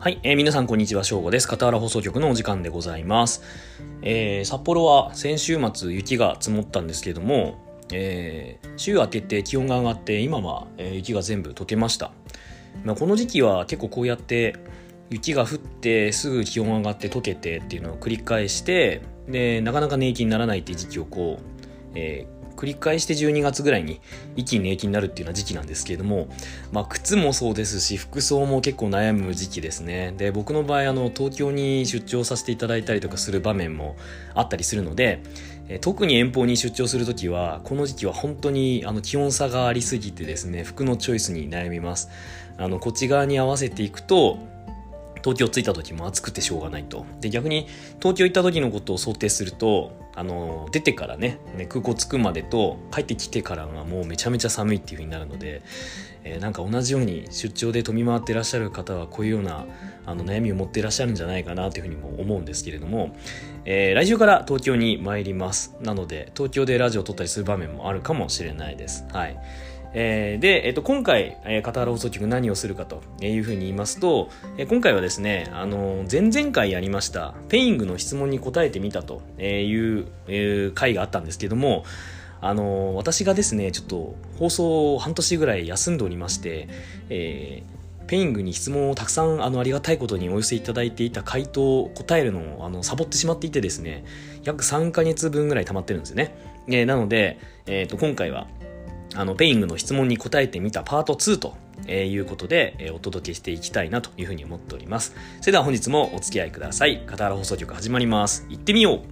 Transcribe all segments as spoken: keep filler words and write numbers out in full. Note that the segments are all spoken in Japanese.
はい、えー、皆さんこんにちは、しょうごです。片原放送局のお時間でございます。えー、札幌は先週末雪が積もったんですけれども、えー、週明けて気温が上がって今は、えー、雪が全部溶けました。まあ、この時期は結構こうやって雪が降ってすぐ気温上がって溶けてっていうのを繰り返して、でなかなか寝息にならないっていう時期をこう、えー繰り返してじゅうにがつぐらいに一気に寝息になるっていうような時期なんですけれども、まあ、靴もそうですし服装も結構悩む時期ですね。で僕の場合あの東京に出張させていただいたりとかする場面もあったりするので、え特に遠方に出張するときはこの時期は本当にあの気温差がありすぎてですね、服のチョイスに悩みます。あのこっち側に合わせていくと東京着いた時も暑くてしょうがないと。で逆に東京行った時のことを想定すると、あの出てからね空港着くまでと帰ってきてからがもうめちゃめちゃ寒いっていう風になるので、えー、なんか同じように出張で飛び回っていらっしゃる方はこういうようなあの悩みを持っていらっしゃるんじゃないかなという風にも思うんですけれども、えー、来週から東京に参ります。なので東京でラジオを撮ったりする場面もあるかもしれないです。はい。えー、で、えっと、今回、えー、片原放送局何をするかというふうに言いますと、えー、今回はですね、あの前々回やりましたペイングの質問に答えてみたという、えー、回があったんですけども、あの私がですねちょっと放送を半年ぐらい休んでおりまして、えー、ペイングに質問をたくさんあのありがたいことにお寄せいただいていた回答を答えるのをあのサボってしまっていてですね、約さんかげつぶんぐらい溜まってるんですよね。えー、なので、えー、と今回はあのペイングの質問に答えてみたパートツーということで、えー、お届けしていきたいなというふうに思っております。それでは本日もお付き合いください。片原放送局始まります。行ってみよう。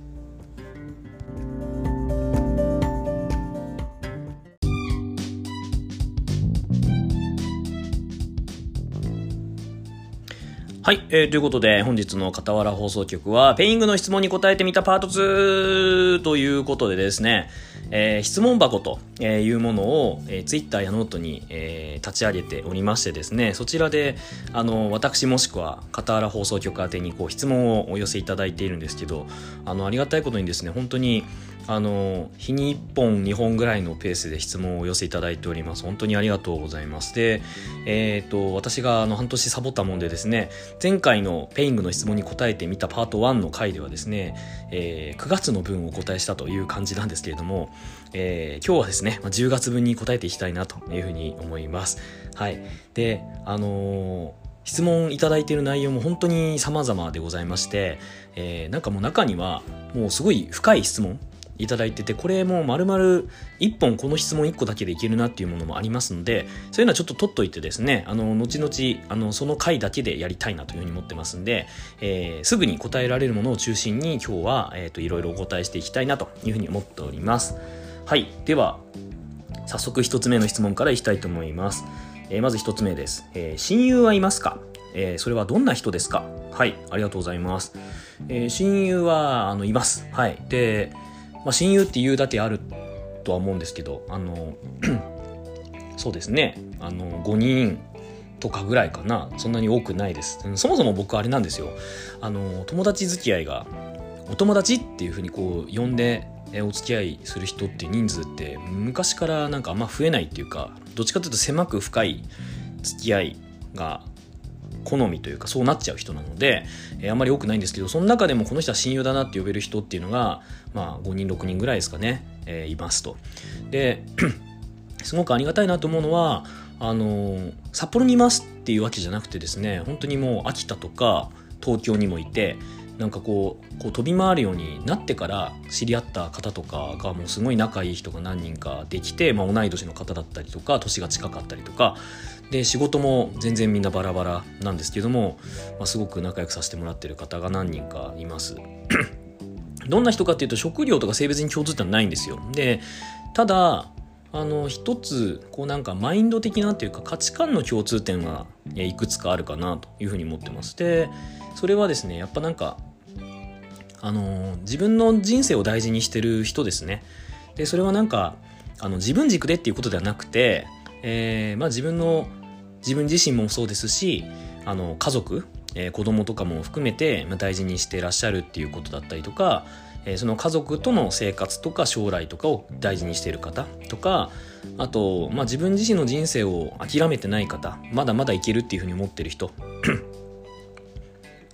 はい、えー、ということで本日の片原放送局はペイングの質問に答えてみたパートツーということでですね、えー、質問箱というものを、えー、ツイッターやノートに、えー、立ち上げておりましてですね、そちらであの私もしくは片原放送局宛てにこう質問をお寄せいただいているんですけど、あのありがたいことにですね本当にあの日にいっぽんにほんぐらいのペースで質問をお寄せいただいております。本当にありがとうございます。で、えー、と私があの半年サボったもんでですね、前回のペイングの質問に答えてみたパートワンの回ではですね、えー、くがつの分をお答えしたという感じなんですけれども、えー、今日はですねじゅうがつぶんに答えていきたいなというふうに思います。はい。で、あのー質問いただいている内容も本当に様々でございまして、えー、なんかもう中にはもうすごい深い質問いただいてて、これもう丸々いっぽんこの質問いっこだけでいけるなっていうものもありますので、そういうのはちょっと取っといてですね、あの後々あのその回だけでやりたいなというふうに思ってますんで、えー、すぐに答えられるものを中心に今日は、えーと、いろいろお答えしていきたいなというふうに思っております。はい。では早速ひとつめの質問からいきたいと思います。えー、まずひとつめです。えー、親友はいますか？えー、それはどんな人ですか？はい、ありがとうございます。えー、親友はあのいます。はい。で、まあ、親友っていうだけあるとは思うんですけど、あのそうですね、あのごにんとかぐらいかな。そんなに多くないです。そもそも僕あれなんですよ。あの友達付き合いがお友達っていう風にこう呼んでお付き合いする人っていう人数って昔からなんかあんま増えないっていうか、どっちかというと狭く深い付き合いが好みというかそうなっちゃう人なので、えー、あんまり多くないんですけど、その中でもこの人は親友だなって呼べる人っていうのが、まあ、ごにんろくにんぐらいですかね、えー、いますと。ですごくありがたいなと思うのは、あのー、札幌にいますっていうわけじゃなくてですね、本当にもう秋田とか東京にもいて、なんかこう、こう飛び回るようになってから知り合った方とかがもうすごい仲いい人が何人かできて、まあ、同い年の方だったりとか年が近かったりとかで、仕事も全然みんなバラバラなんですけども、まあ、すごく仲良くさせてもらってる方が何人かいますどんな人かっていうと職業とか性別に共通点はないんですよ。で、ただあの一つこうなんかマインド的なっていうか価値観の共通点はいくつかあるかなというふうに思ってます。で、それはですね、やっぱなんかあの自分の人生を大事にしてる人ですね。で、それはなんかあの自分軸でっていうことではなくて、えーまあ、自分の自分自身もそうですし、あの家族、えー、子供とかも含めて、まあ、大事にしてらっしゃるっていうことだったりとか、えー、その家族との生活とか将来とかを大事にしている方とか、あと、まあ、自分自身の人生を諦めてない方、まだまだいけるっていうふうに思ってる人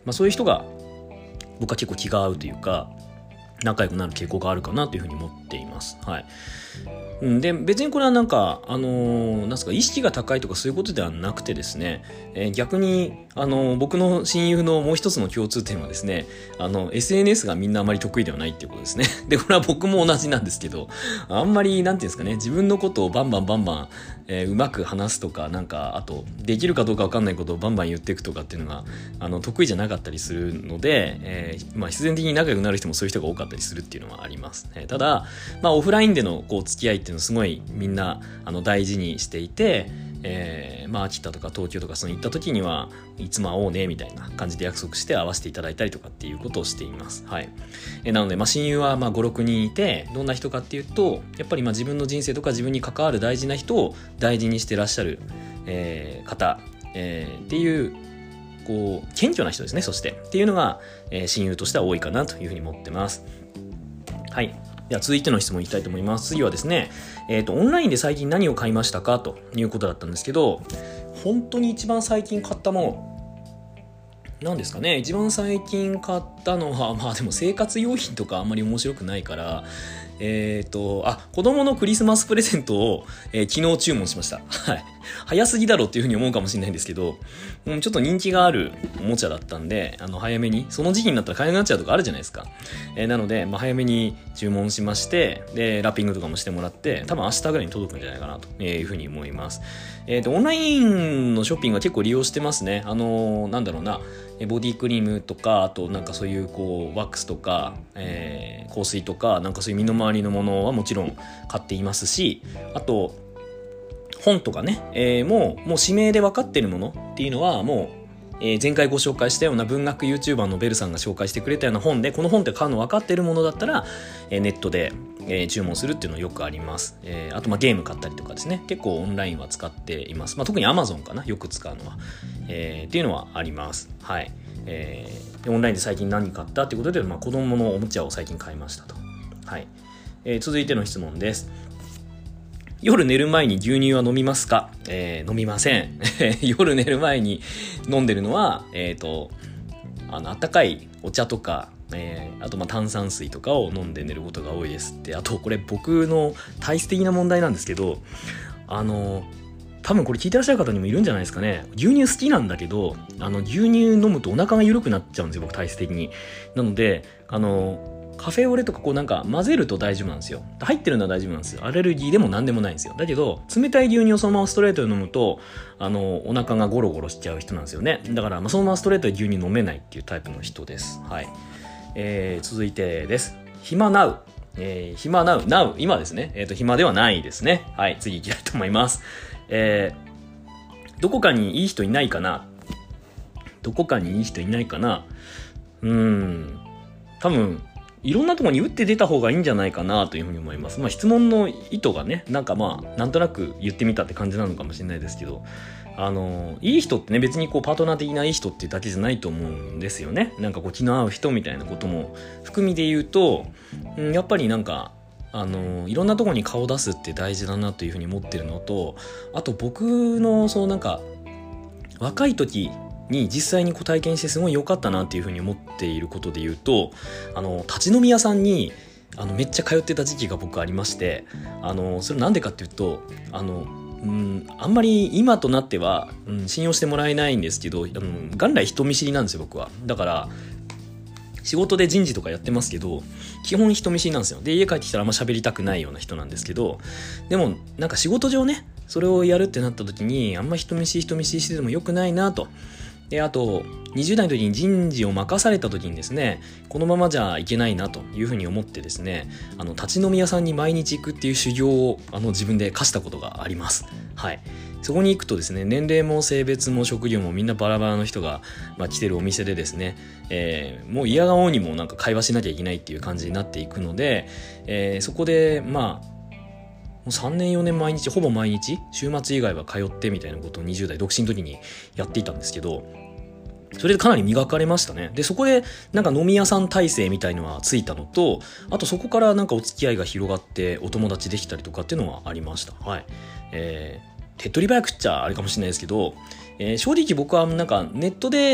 まあ、そういう人が僕は結構気が合うというか仲良くなる傾向があるかなというふうに思っています。はい。で別にこれはなんかあのー、なんですか意識が高いとかそういうことではなくてですね、えー、逆にあのー、僕の親友のもう一つの共通点はですね、あの エスエヌエス がみんなあまり得意ではないっていうことですね。でこれは僕も同じなんですけど、あんまりなんていうんですかね、自分のことをバンバンバンバン、えー、うまく話すとか、なんかあとできるかどうか分かんないことをバンバン言っていくとかっていうのがあの得意じゃなかったりするので、えーまあ、必然的に仲良くなる人もそういう人が多かったりするっていうのはあります、ね。ただ、まあ、オフラインでのこう付き合いっていうのをすごいみんなあの大事にしていて、えー、まあ秋田とか東京とかその行った時にはいつも会おうねみたいな感じで約束して会わせていただいたりとかっていうことをしています。はい。えー、なのでまあ親友はまあご、ろくにんいて、どんな人かっていうとやっぱりまあ自分の人生とか自分に関わる大事な人を大事にしてらっしゃる、えー、方、えー、っていうこう謙虚な人ですね。そしてっていうのが、えー、親友としては多いかなというふうに思ってます。はい。では続いての質問いきたいと思います。次はですね、えっと、オンラインで最近何を買いましたかということだったんですけど、本当に一番最近買ったもの、何ですかね。一番最近買ったのは、まあでも生活用品とかあんまり面白くないから、えっと、あ、子供のクリスマスプレゼントを、えー、昨日注文しました。はい。早すぎだろっていうふうに思うかもしれないんですけど、うん、ちょっと人気があるおもちゃだったんで、あの、早めに、その時期になったら買えなくなっちゃうとかあるじゃないですか。えー、なので、まあ、早めに注文しまして、で、ラッピングとかもしてもらって、多分明日ぐらいに届くんじゃないかなというふうに思います。えっと、オンラインのショッピングは結構利用してますね。あのー、なんだろうな、ボディクリームとか、あとなんかそういうこうワックスとか、えー、香水とかなんかそういう身の回りのものはもちろん買っていますし、あと本とかね、えー、もうもう指名で分かってるものっていうのはもう、えー、前回ご紹介したような文学 YouTuber のベルさんが紹介してくれたような本で、この本って買うの分かってるものだったら、えー、ネットで、えー、注文するっていうのよくあります。えー、あとまあゲーム買ったりとかですね、結構オンラインは使っています。まあ、特に Amazon かな、よく使うのは、えー、っていうのはあります。はい。えー、オンラインで最近何買ったっていうことで、まあ、子供のおもちゃを最近買いましたと。はい。えー、続いての質問です。夜寝る前に牛乳は飲みますか？えー、飲みません。夜寝る前に飲んでるのは、えっと、あの、あったかいお茶とか、えー、あとまあ炭酸水とかを飲んで寝ることが多いですって。あとこれ僕の体質的な問題なんですけど、あの、多分これ聞いてらっしゃる方にもいるんじゃないですかね。牛乳好きなんだけど、あの牛乳飲むとお腹が緩くなっちゃうんですよ、僕体質的に。なので、あの、カフェオレとかこうなんか混ぜると大丈夫なんですよ。入ってるのは大丈夫なんですよ。アレルギーでも何でもないんですよ。だけど、冷たい牛乳をそのままストレートで飲むと、あの、お腹がゴロゴロしちゃう人なんですよね。だから、まあ、そのままストレートで牛乳飲めないっていうタイプの人です。はい。えー、続いてです。暇なう。えー、暇なう。なう。今ですね。えっと、暇ではないですね。はい。次行きたいと思います。えー、どこかにいい人いないかな？どこかにいい人いないかな？うーん。多分、いろんなところに打って出た方がいいんじゃないかなというふうに思います。まあ質問の意図がね、なんかまあなんとなく言ってみたって感じなのかもしれないですけど、あのいい人ってね、別にこうパートナー的ないい人っていうだけじゃないと思うんですよね。なんかこう気の合う人みたいなことも含みで言うと、うん、やっぱりなんかあのいろんなところに顔出すって大事だなというふうに思ってるのと、あと僕のそのなんか若い時に実際にこう体験してすごい良かったなっていうふうに思っていることで言うと、あの立ち飲み屋さんにあのめっちゃ通ってた時期が僕ありまして、あのそれなんでかっていうと、あのうんあんまり今となっては、うん、信用してもらえないんですけど、あの元来人見知りなんですよ僕は。だから仕事で人事とかやってますけど、基本人見知りなんですよ。で家帰ってきたらあんま喋りたくないような人なんですけど、でもなんか仕事上ねそれをやるってなった時に、あんま人見知り人見知りしてても良くないなと。であとにじゅう代の時に人事を任された時にですね、このままじゃいけないなというふうに思ってですね、あの立ち飲み屋さんに毎日行くっていう修行をあの自分で課したことがあります。はい。そこに行くとですね、年齢も性別も職業もみんなバラバラの人が、まあ、来てるお店でですね、えー、もう嫌顔にもなんか会話しなきゃいけないっていう感じになっていくので、えー、そこでまあもうさんねんよねん毎日ほぼ毎日週末以外は通ってみたいなことをにじゅう代独身の時にやっていたんですけど、それでかなり磨かれましたね。でそこでなんか飲み屋さん体制みたいのはついたのと、あとそこからなんかお付き合いが広がってお友達できたりとかっていうのはありました。はい。えー、手っ取り早くっちゃあれかもしれないですけど、えー、正直僕はなんかネットで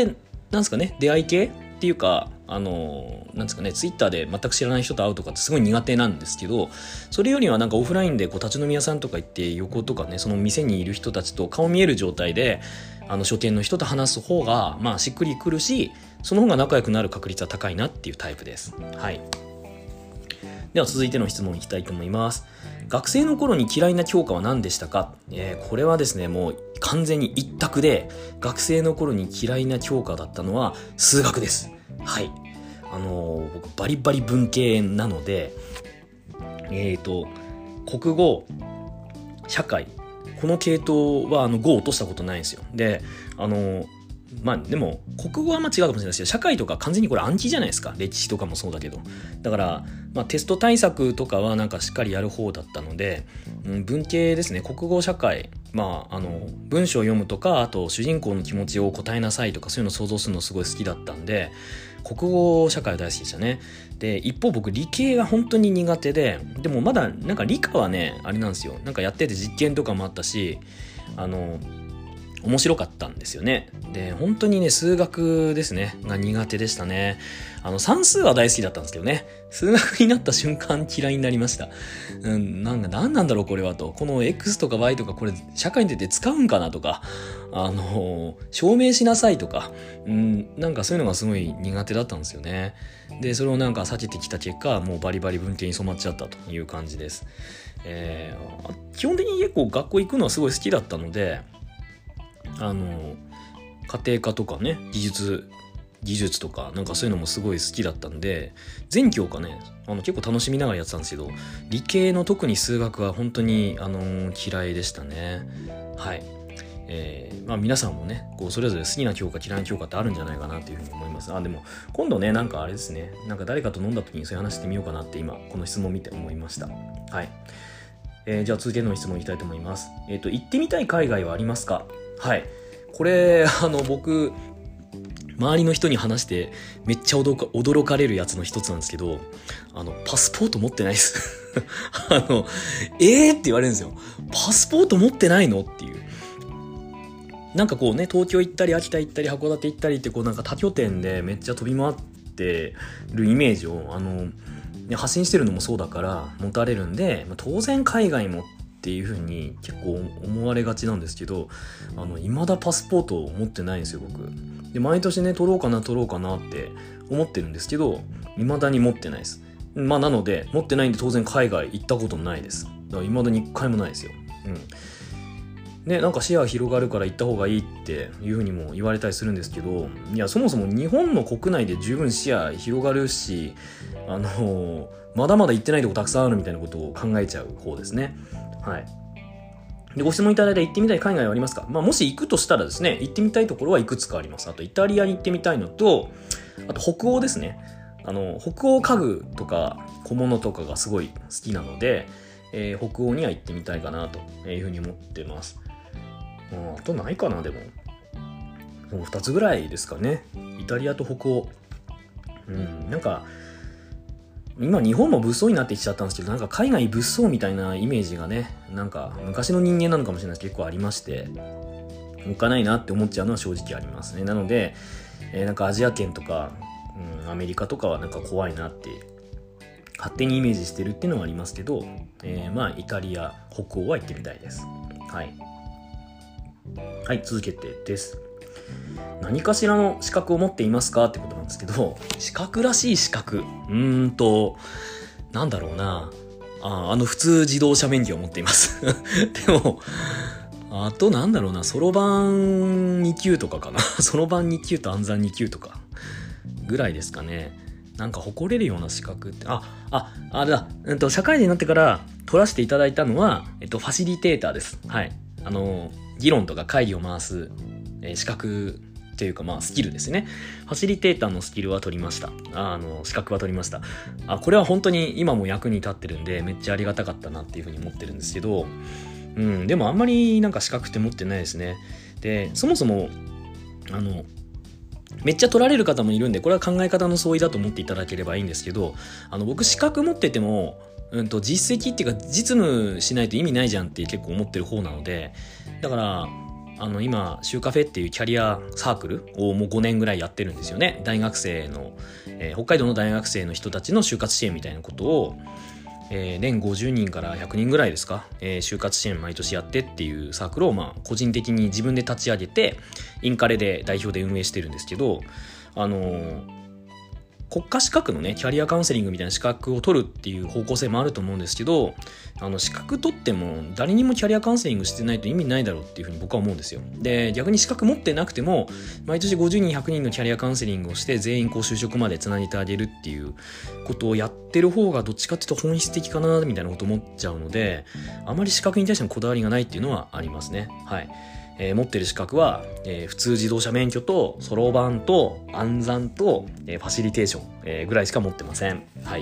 なんですかね、出会い系っていうか、あのなんですかね、ツイッターで全く知らない人と会うとかってすごい苦手なんですけど、それよりはなんかオフラインでこう立ち飲み屋さんとか行って横とかね、その店にいる人たちと顔見える状態であの初見の人と話す方がまあしっくりくるし、その方が仲良くなる確率は高いなっていうタイプです。はい。では続いての質問いきたいと思います。学生の頃に嫌いな教科は何でしたか？えー、これはですね、もう完全に一択で、学生の頃に嫌いな教科だったのは数学です。はい。あのー、僕バリバリ文系なので、えーと、国語、社会、この系統はあのごを落としたことないんですよ。で、あのー、まあでも国語はまあ違うかもしれないですけど、社会とか完全にこれ暗記じゃないですか。歴史とかもそうだけど、だからまあテスト対策とかはなんかしっかりやる方だったので、うん、文系ですね。国語社会、まああの文章を読むとか、あと主人公の気持ちを答えなさいとか、そういうのを想像するのすごい好きだったんで、国語社会は大好きでしたね。で、一方僕理系が本当に苦手で、でもまだなんか理科はねあれなんですよ。なんかやってて実験とかもあったし、あの面白かったんですよね。で、本当にね、数学ですね、が苦手でしたね。あの、算数は大好きだったんですけどね、数学になった瞬間嫌いになりました。うん、なんか、なんなんだろうこれはと。この X とか Y とかこれ、社会に出て使うんかなとか、あの、証明しなさいとか、うん、なんかそういうのがすごい苦手だったんですよね。で、それをなんか避けてきた結果、もうバリバリ文系に染まっちゃったという感じです。えー、基本的に結構学校行くのはすごい好きだったので、あの家庭科とかね、技術技術とかなんかそういうのもすごい好きだったんで、全教科ね、あの結構楽しみながらやってたんですけど、理系の特に数学は本当にあの嫌いでしたね。はい。えー、まあ皆さんもね、こうそれぞれ好きな教科嫌いな教科ってあるんじゃないかなというふうに思います。あ、でも今度ね、なんかあれですね、なんか誰かと飲んだ時にそういう話してみようかなって今この質問を見て思いました。はい。えー、じゃあ続いての質問いきたいと思います。えっと、行ってみたい海外はありますか？はい。これ、あの、僕、周りの人に話してめっちゃ驚か、驚かれるやつの一つなんですけど、あの、パスポート持ってないです。あの、えーって言われるんですよ。パスポート持ってないのっていう。なんかこうね、東京行ったり、秋田行ったり、函館行ったりって、こうなんか多拠点でめっちゃ飛び回ってるイメージを、あの、発信してるのもそうだから持たれるんで、まあ、当然海外もっていう風に結構思われがちなんですけど、あの未だパスポートを持ってないんですよ僕で。毎年ね、取ろうかな取ろうかなって思ってるんですけど、未だに持ってないです。まあなので持ってないんで当然海外行ったことないです。だから未だに一回もないですよ。うんね、なんか視野広がるから行った方がいいっていう風にも言われたりするんですけど、いやそもそも日本の国内で十分視野広がるし、あのまだまだ行ってないとこたくさんあるみたいなことを考えちゃう方ですね。はい。で、ご質問いただいた行ってみたい海外はありますか？まあもし行くとしたらですね、行ってみたいところはいくつかあります。あとイタリアに行ってみたいのと、あと北欧ですね。あの北欧家具とか小物とかがすごい好きなので、えー、北欧には行ってみたいかなというふうに思ってます。あとないかな。でももうふたつぐらいですかね。イタリアと北欧。うん、なんか今日本も物騒になってきちゃったんですけど、なんか海外物騒みたいなイメージがね、なんか昔の人間なのかもしれないですけど結構ありまして、向かないなって思っちゃうのは正直ありますね。なので、えー、なんかアジア圏とか、うん、アメリカとかはなんか怖いなって勝手にイメージしてるっていうのはありますけど、えー、まあイタリア、北欧は行ってみたいです。はい。はい、続けてです。何かしらの資格を持っていますかってことなんですけど、資格らしい資格、うーんとなんだろうなあ、あの普通自動車免許を持っています。でもあとなんだろうな、そろばんに級とかかな。そろばんに級と暗算に級とかぐらいですかね。なんか誇れるような資格って、あ、あ、あれだ、えっと社会人になってから取らせていただいたのは、えっとファシリテーターです。はい。あの議論とか会議を回す、えー、資格っていうかまあスキルですね。ファシリテーターのスキルは取りました。あの資格は取りました。あ、これは本当に今も役に立ってるんでめっちゃありがたかったなっていうふうに思ってるんですけど、うん、でもあんまりなんか資格って持ってないですね。で、そもそもあのめっちゃ取られる方もいるんで、これは考え方の相違だと思っていただければいいんですけど、あの僕資格持ってても、うんと実績っていうか実務しないと意味ないじゃんって結構思ってる方なので、だからあの今シューカフェっていうキャリアサークルをもうごねんぐらいやってるんですよね。大学生の、えー、北海道の大学生の人たちの就活支援みたいなことを、えー、年ごじゅうにんからひゃくにんぐらいですか、えー、就活支援毎年やってっていうサークルを、まあ、個人的に自分で立ち上げてインカレで代表で運営してるんですけど、あのー国家資格のねキャリアカウンセリングみたいな資格を取るっていう方向性もあると思うんですけど、あの資格取っても誰にもキャリアカウンセリングしてないと意味ないだろうっていうふうに僕は思うんですよ。で逆に資格持ってなくても毎年ごじゅうにんひゃくにんのキャリアカウンセリングをして全員こう就職までつなげてあげるっていうことをやってる方がどっちかっていうと本質的かなみたいなこと思っちゃうので、あまり資格に対してのこだわりがないっていうのはありますね。はい。えー、持ってる資格は、えー、普通自動車免許とそろばんと暗算と、えー、ファシリテーション、えー、ぐらいしか持ってません。はい。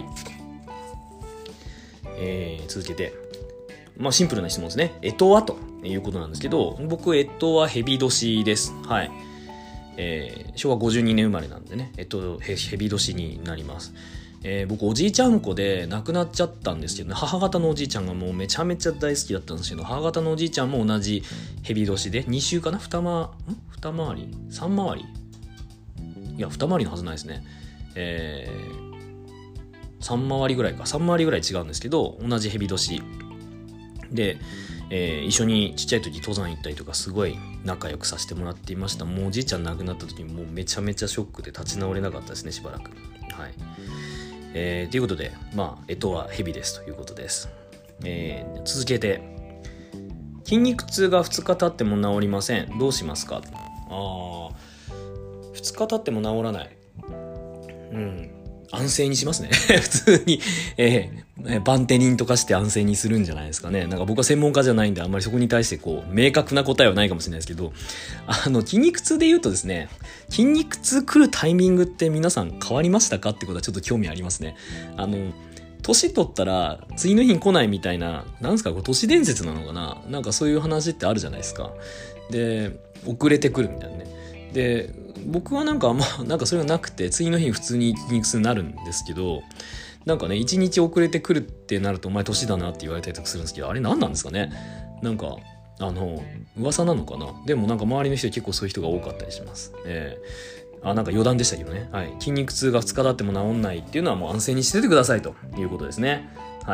えー、続けて、まあシンプルな質問ですね。干支はということなんですけど、僕干支は蛇年です。はい。えー、しょうわごじゅうにねん生まれなんでね、えっと蛇年になります。えー、僕おじいちゃん子で亡くなっちゃったんですけど、ね、母方のおじいちゃんがもうめちゃめちゃ大好きだったんですけど、母方のおじいちゃんも同じ蛇年でに週かな二回ん二回り三回りいや二回りのはずないですね。えー、三回りぐらいか三回りぐらい違うんですけど、同じ蛇年で、えー、一緒にちっちゃい時登山行ったりとかすごい仲良くさせてもらっていました。もうおじいちゃん亡くなった時にもうめちゃめちゃショックで立ち直れなかったですね、しばらく。はい。えー、ということで、まあ、干支は蛇ですということです。えー、続けて、筋肉痛がふつか経っても治りません。どうしますか？あー、ふつか経っても治らない。うん、安静にしますね。普通に、えー、バンテリンとかして安静にするんじゃないですかね。なんか僕は専門家じゃないんで、あんまりそこに対してこう、明確な答えはないかもしれないですけど、あの、筋肉痛で言うとですね、筋肉痛来るタイミングって皆さん変わりましたかってことはちょっと興味ありますね。あの、年取ったら次の日に来ないみたいな、なんですか、これ都市伝説なのかな、なんかそういう話ってあるじゃないですか。で、遅れてくるみたいなね。で、僕はなんかあんま、なんかそれがなくて、次の日普通に筋肉痛になるんですけど、なんかね、一日遅れてくるってなるとお前年だなって言われたりとかするんですけど、あれ何なんですかね。なんか、あの、噂なのかな。でもなんか周りの人結構そういう人が多かったりします。えー、あ、なんか余談でしたけどね。はい。筋肉痛がふつか経っても治んないっていうのはもう安静にしててくださいということですね。はい。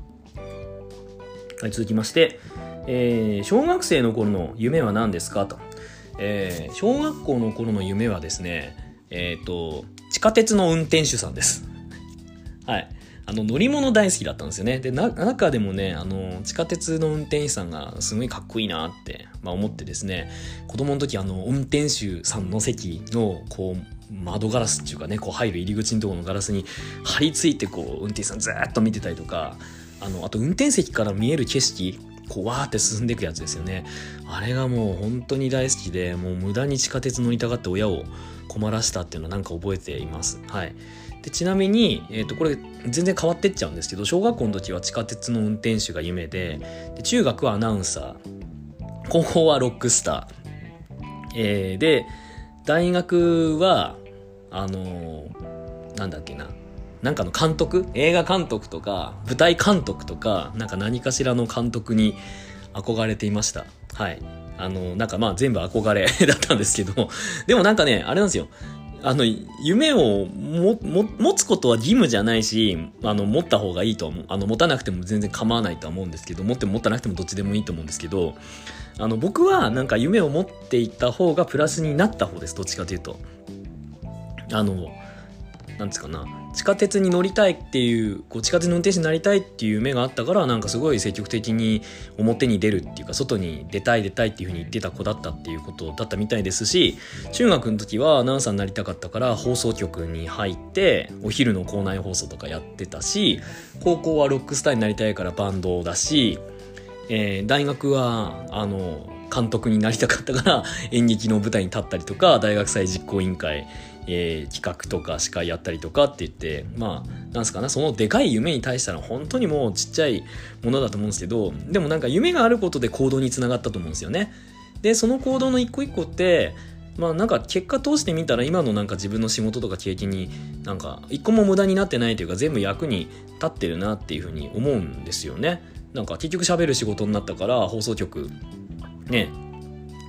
はい、続きまして、えー、小学生の頃の夢は何ですかと。えー、小学校の頃の夢はですね、えっと、地下鉄の運転手さんです。はい。あの、乗り物大好きだったんですよね。で、な、中でもね、あの、地下鉄の運転手さんがすごいかっこいいなって、まあ思ってですね、子供の時あの、運転手さんの席の、こう、窓ガラスっていうかね、こう入る入り口のところのガラスに張り付いて、こう、運転手さんずーっと見てたりとか、あの、あと運転席から見える景色、こうわーって進んでいくやつですよね。あれがもう本当に大好きで、もう無駄に地下鉄乗りたがって親を困らしたっていうのはなんか覚えています。はい。でちなみに、えーと、これ全然変わってっちゃうんですけど、小学校の時は地下鉄の運転手が夢で、で中学はアナウンサー、高校はロックスター、えー、で大学はあのー、なんだっけな、なんかの監督、映画監督とか舞台監督とか、なんか何かしらの監督に憧れていました。はい。あのなんかまあ全部憧れだったんですけど、でもなんかね、あれなんですよ。あの、夢をも、も、持つことは義務じゃないし、あの、持った方がいいと思う。あの、持たなくても全然構わないとは思うんですけど、持っても持たなくてもどっちでもいいと思うんですけど、あの、僕はなんか夢を持っていった方がプラスになった方です。どっちかというと。あの、なんですかな、地下鉄に乗りたいっていう、こう地下鉄の運転手になりたいっていう夢があったから、なんかすごい積極的に表に出るっていうか、外に出たい出たいっていう風に言ってた子だったっていうことだったみたいですし、中学の時はアナウンサーになりたかったから放送局に入ってお昼の校内放送とかやってたし、高校はロックスターになりたいからバンドだし、えー、大学はあの監督になりたかったから演劇の舞台に立ったりとか、大学祭実行委員会、えー、企画とか司会やったりとかって言って、まあなんすかな、そのでかい夢に対したら本当にもうちっちゃいものだと思うんですけど、でもなんか夢があることで行動につながったと思うんですよね。でその行動の一個一個ってまあなんか結果通してみたら今のなんか自分の仕事とか経験になんか一個も無駄になってないというか、全部役に立ってるなっていうふうに思うんですよね。なんか結局喋る仕事になったから放送局ね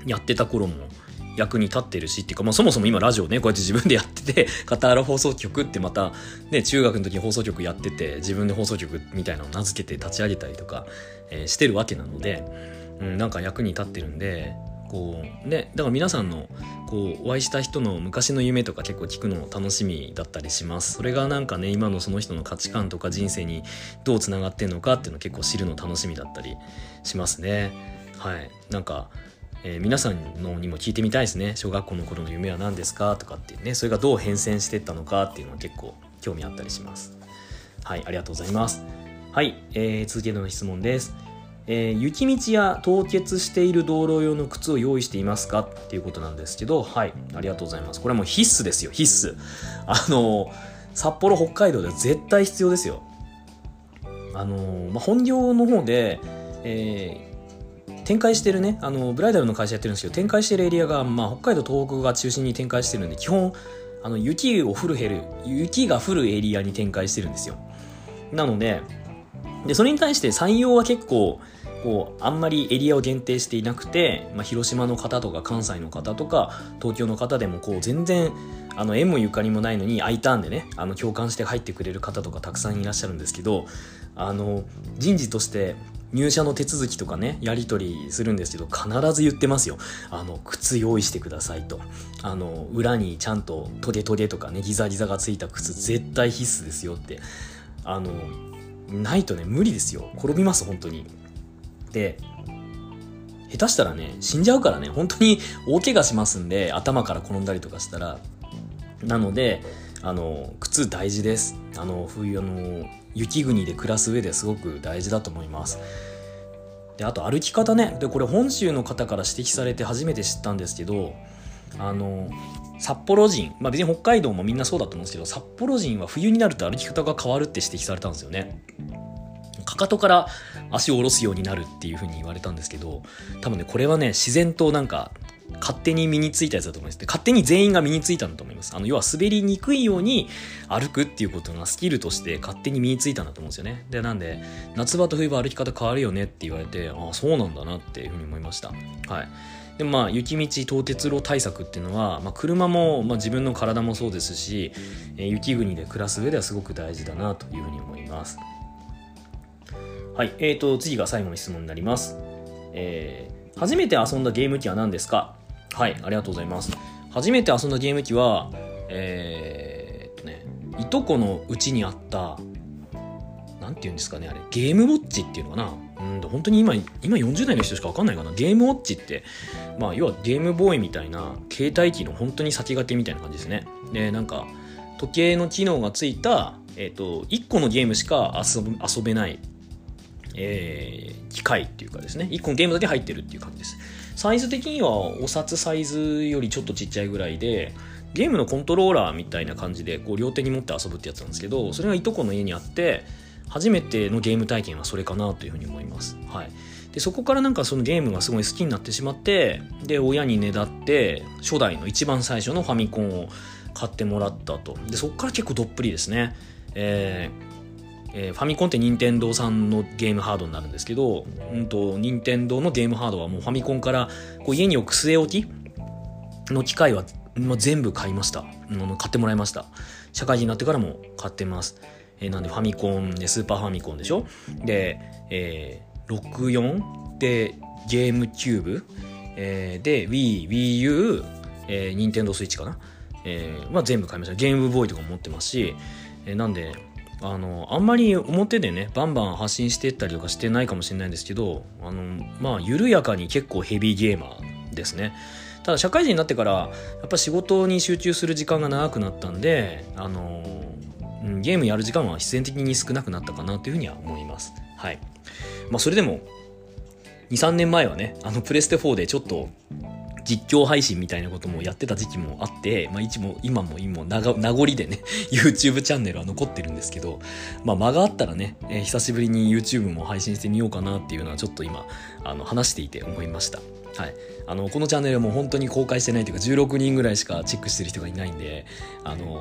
やってた頃も役に立ってるしっていうか、まあ、そもそも今ラジオねこうやって自分でやってて、片原放送局ってまたね中学の時に放送局やってて自分で放送局みたいなのを名付けて立ち上げたりとか、えー、してるわけなので、うん、なんか役に立ってるんで、こうね、だから皆さんのこうお会いした人の昔の夢とか結構聞くのも楽しみだったりします。それがなんかね今のその人の価値観とか人生にどうつながってんのかっていうのを結構知るの楽しみだったりしますね。はい、なんかえー、皆さんのにも聞いてみたいですね。小学校の頃の夢は何ですかとかっていうね、それがどう変遷していったのかっていうのは結構興味あったりします。はい、ありがとうございます。はい、えー、続けての質問です。えー、雪道や凍結している道路用の靴を用意していますかっていうことなんですけど、はい、ありがとうございます。これはもう必須ですよ、必須。あの札幌北海道では絶対必要ですよ。あの、まあ、本業の方で、えー展開してるね、あのブライダルの会社やってるんですけど、展開してるエリアが、まあ、北海道東北が中心に展開してるんで、基本あの雪を降る減る雪が降るエリアに展開してるんですよ。なので、でそれに対して山陽は結構こうあんまりエリアを限定していなくて、まあ、広島の方とか関西の方とか東京の方でもこう全然あの縁もゆかりもないのに I ターンでね、あの共感して入ってくれる方とかたくさんいらっしゃるんですけど、あの人事として入社の手続きとかねやり取りするんですけど、必ず言ってますよ。あの靴用意してくださいと、あの裏にちゃんとトゲトゲとかねギザギザがついた靴絶対必須ですよって、あのないとね無理ですよ、転びます本当に。で下手したらね死んじゃうからね、本当に大怪我しますんで、頭から転んだりとかしたら。なのであの靴大事です。あの冬あの雪国で暮らす上ですごく大事だと思います。であと歩き方ね、でこれ本州の方から指摘されて初めて知ったんですけど、あの札幌人、まあ別に北海道もみんなそうだと思うんですけど、札幌人は冬になると歩き方が変わるって指摘されたんですよね。かかとから足を下ろすようになるっていう風に言われたんですけど、多分ねこれはね自然となんか勝手に身についたやつだと思います。で勝手に全員が身についたんだと思います。あの要は滑りにくいように歩くっていうことがスキルとして勝手に身についたんだと思うんですよね。でなんで夏場と冬場歩き方変わるよねって言われて、ああそうなんだなっていうふうに思いました。はい。でまあ雪道凍結路対策っていうのは、まあ、車も、まあ、自分の体もそうですし、えー、雪国で暮らす上ではすごく大事だなというふうに思います。はい、えーと次が最後の質問になります。えー、初めて遊んだゲーム機は何ですか？はい、ありがとうございます。初めて遊んだゲーム機は、えー、っとね、いとこのうちにあった、なんていうんですかね、あれ、ゲームウォッチっていうのかな。うんと、本当に今、今よんじゅう代の人しかわかんないかな。ゲームウォッチって、まあ、要はゲームボーイみたいな、携帯機の本当に先駆けみたいな感じですね。で、なんか、時計の機能がついた、えー、っと、いっこのゲームしか遊ぶ、遊べない、えー、機械っていうかですね、いっこのゲームだけ入ってるっていう感じです。サイズ的にはお札サイズよりちょっとちっちゃいぐらいで、ゲームのコントローラーみたいな感じでこう両手に持って遊ぶってやつなんですけど、それがいとこの家にあって初めてのゲーム体験はそれかなというふうに思います。はい。でそこからなんかそのゲームがすごい好きになってしまって、で親にねだって初代の一番最初のファミコンを買ってもらったと。でそこから結構どっぷりですね。えーえー、ファミコンって任天堂さんのゲームハードになるんですけど、うんと任天堂のゲームハードはもうファミコンからこう家に置く据え置きの機械は、まあ、全部買いました。うん、買ってもらいました。社会人になってからも買ってます。えー、なんでファミコンでスーパーファミコンでしょ。で、えー、ろくじゅうよんでゲームキューブ、えー、で Wii、Wii U、えー、任天堂スイッチかな。えー、まあ全部買いました。ゲームボーイとかも持ってますし、えー、なんで。あのあんまり表でねバンバン発信していったりとかしてないかもしれないんですけど、あのまあ緩やかに結構ヘビーゲーマーですね。ただ社会人になってからやっぱ仕事に集中する時間が長くなったんで、あのゲームやる時間は必然的に少なくなったかなというふうには思います。はい。まあそれでも にさんねんまえはね、あのプレステフォーでちょっと実況配信みたいなこともやってた時期もあって、まあ、一も今も今も名残でねYouTube チャンネルは残ってるんですけど、まあ、間があったらね、えー、久しぶりに YouTube も配信してみようかなっていうのはちょっと今あの話していて思いました。はい、あのこのチャンネルはもう本当に公開してないというかじゅうろくにんぐらいしかチェックしてる人がいないんで、あの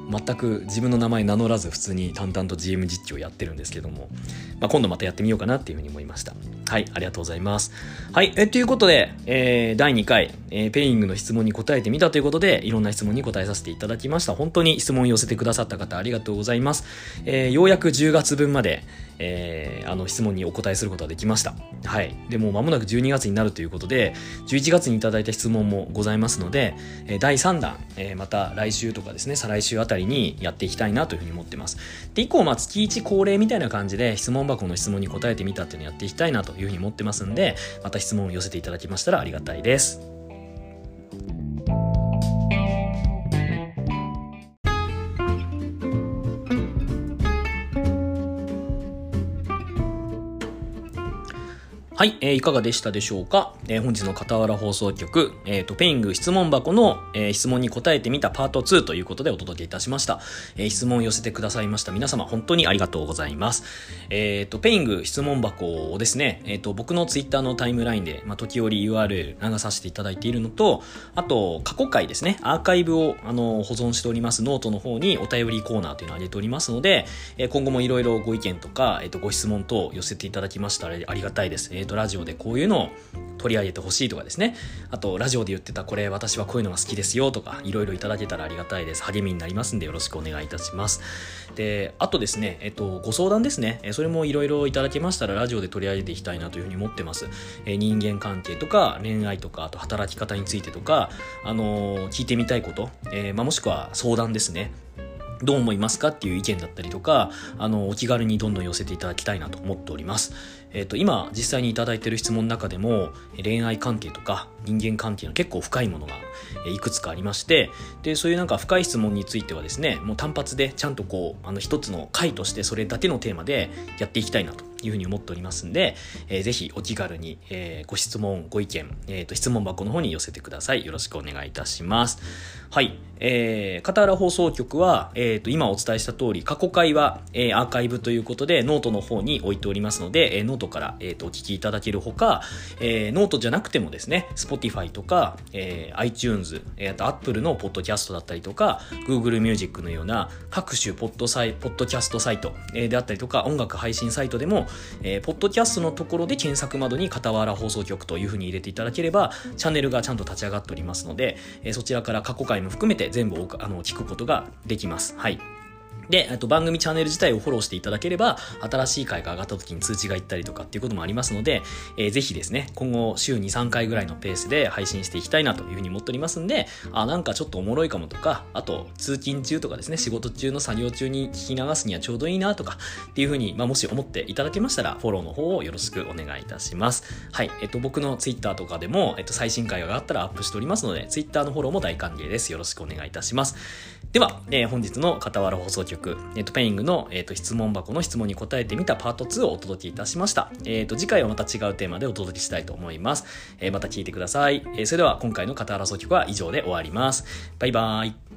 全く自分の名前名乗らず普通に淡々と ジーエム 実況やってるんですけども、まあ、今度またやってみようかなっていうふうに思いました。はい、ありがとうございます。はい、えということで、えー、だいにかい、えー、ペイングの質問に答えてみたということで、いろんな質問に答えさせていただきました。本当に質問を寄せてくださった方ありがとうございます。えー、ようやくじゅうがつぶんまで、えー、あの質問にお答えすることができました。はい。でも間もなくじゅうにがつになるということで、じゅういちがつにいただいた質問もございますので、だいさんだん、えー、また来週とかですね、再来週あたりにやっていきたいなというふうに思ってます。で、以降、まあ月いち恒例みたいな感じで質問箱の質問に答えてみたっていうのをやっていきたいなというふうに思ってますんで、また質問を寄せていただきましたらありがたいです。はい、えー、いかがでしたでしょうか。えー、本日の傍ら放送局、えっと、ペイング質問箱の、えー、質問に答えてみたパートツーということでお届けいたしました。えー、質問を寄せてくださいました皆様、本当にありがとうございます。えっと、ペイング質問箱をですね、えっと、僕のツイッターのタイムラインで、まあ、時折 ユーアールエル 流させていただいているのと、あと、過去回ですね、アーカイブを、あの、保存しておりますノートの方にお便りコーナーというのを上げておりますので、えー、今後もいろいろご意見とか、えっと、ご質問等寄せていただきましたらありがたいです。えっと、ラジオでこういうのを取り上げてほしいとかですね、あとラジオで言ってたこれ私はこういうのが好きですよとか、いろいろいただけたらありがたいです。励みになりますんでよろしくお願いいたします。で、あとですね、えっと、ご相談ですね、それもいろいろいただけましたらラジオで取り上げていきたいなというふうに思ってます。え人間関係とか恋愛とか、あと働き方についてとか、あのー、聞いてみたいこと、えーまあ、もしくは相談ですね、どう思いますかっていう意見だったりとか、あの、お気軽にどんどん寄せていただきたいなと思っております。えっと、今、実際にいただいている質問の中でも、恋愛関係とか人間関係の結構深いものがいくつかありまして、で、そういうなんか深い質問についてはですね、もう単発でちゃんとこう、あの、一つの回としてそれだけのテーマでやっていきたいなというふうに思っておりますんで、えー、ぜひお気軽に、えー、ご質問、ご意見、えっと、質問箱の方に寄せてください。よろしくお願いいたします。はい。えー、傍ら放送局は、えっと、今お伝えした通り、過去回は、えー、アーカイブということで、ノートの方に置いておりますので、えー、ノートから、えっと、お聞きいただけるほか、えー、ノートじゃなくてもですね、Spotify とか、えー、iTunes、えー、あと Apple のポッドキャストだったりとか、Google Music のような各種ポッドサイ、ポッドキャストサイト、えー、であったりとか、音楽配信サイトでも、えー、ポッドキャストのところで検索窓に傍ら放送局というふうに入れていただければ、チャンネルがちゃんと立ち上がっておりますので、えー、そちらから過去回も含めて全部あの聞くことができます。はい。で、あと番組チャンネル自体をフォローしていただければ、新しい回が上がった時に通知がいったりとかっていうこともありますので、えー、ぜひですね、今後週に、さんかいぐらいのペースで配信していきたいなというふうに思っておりますんで、あ、なんかちょっとおもろいかもとか、あと通勤中とかですね、仕事中の作業中に聞き流すにはちょうどいいなとかっていうふうに、まあ、もし思っていただけましたら、フォローの方をよろしくお願いいたします。はい。えっと、僕のツイッターとかでも、えっと、最新回が上がったらアップしておりますので、ツイッターのフォローも大歓迎です。よろしくお願いいたします。では、えー、本日の傍ら放送局、えっと、ペイングの、えー、と質問箱の質問に答えてみたパートツーをお届けいたしました。えー、と次回はまた違うテーマでお届けしたいと思います。えー、また聞いてください。えー、それでは今回の傍ら放送局は以上で終わります。バイバーイ。